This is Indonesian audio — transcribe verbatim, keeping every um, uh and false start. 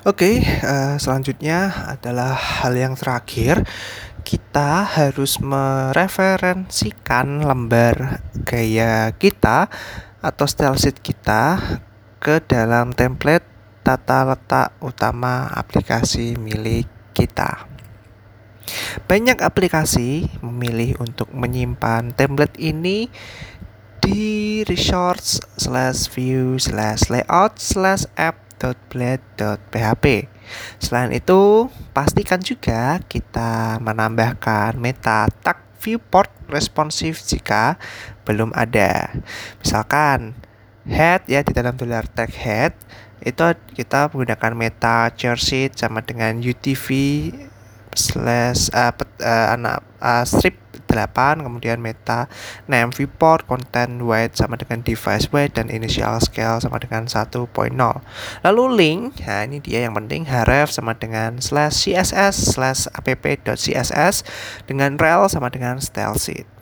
Oke, eh, selanjutnya adalah hal yang terakhir. Kita harus mereferensikan lembar gaya kita atau style sheet kita ke dalam template tata letak utama aplikasi milik kita. Banyak aplikasi memilih untuk menyimpan template ini di resource slash view slash layout slash app.blade.php. Selain itu, pastikan juga kita menambahkan meta tag viewport responsive jika belum ada. Misalkan head ya, di dalam dolar tag head itu kita menggunakan meta charseed sama dengan utv slash uh, pet, uh, anak uh, strip delapan, kemudian meta name viewport content weight sama dengan device weight dan initial scale sama dengan satu titik nol. Lalu link, nah ini dia yang penting, href sama dengan slash css slash app.css dengan rel sama dengan style sheet.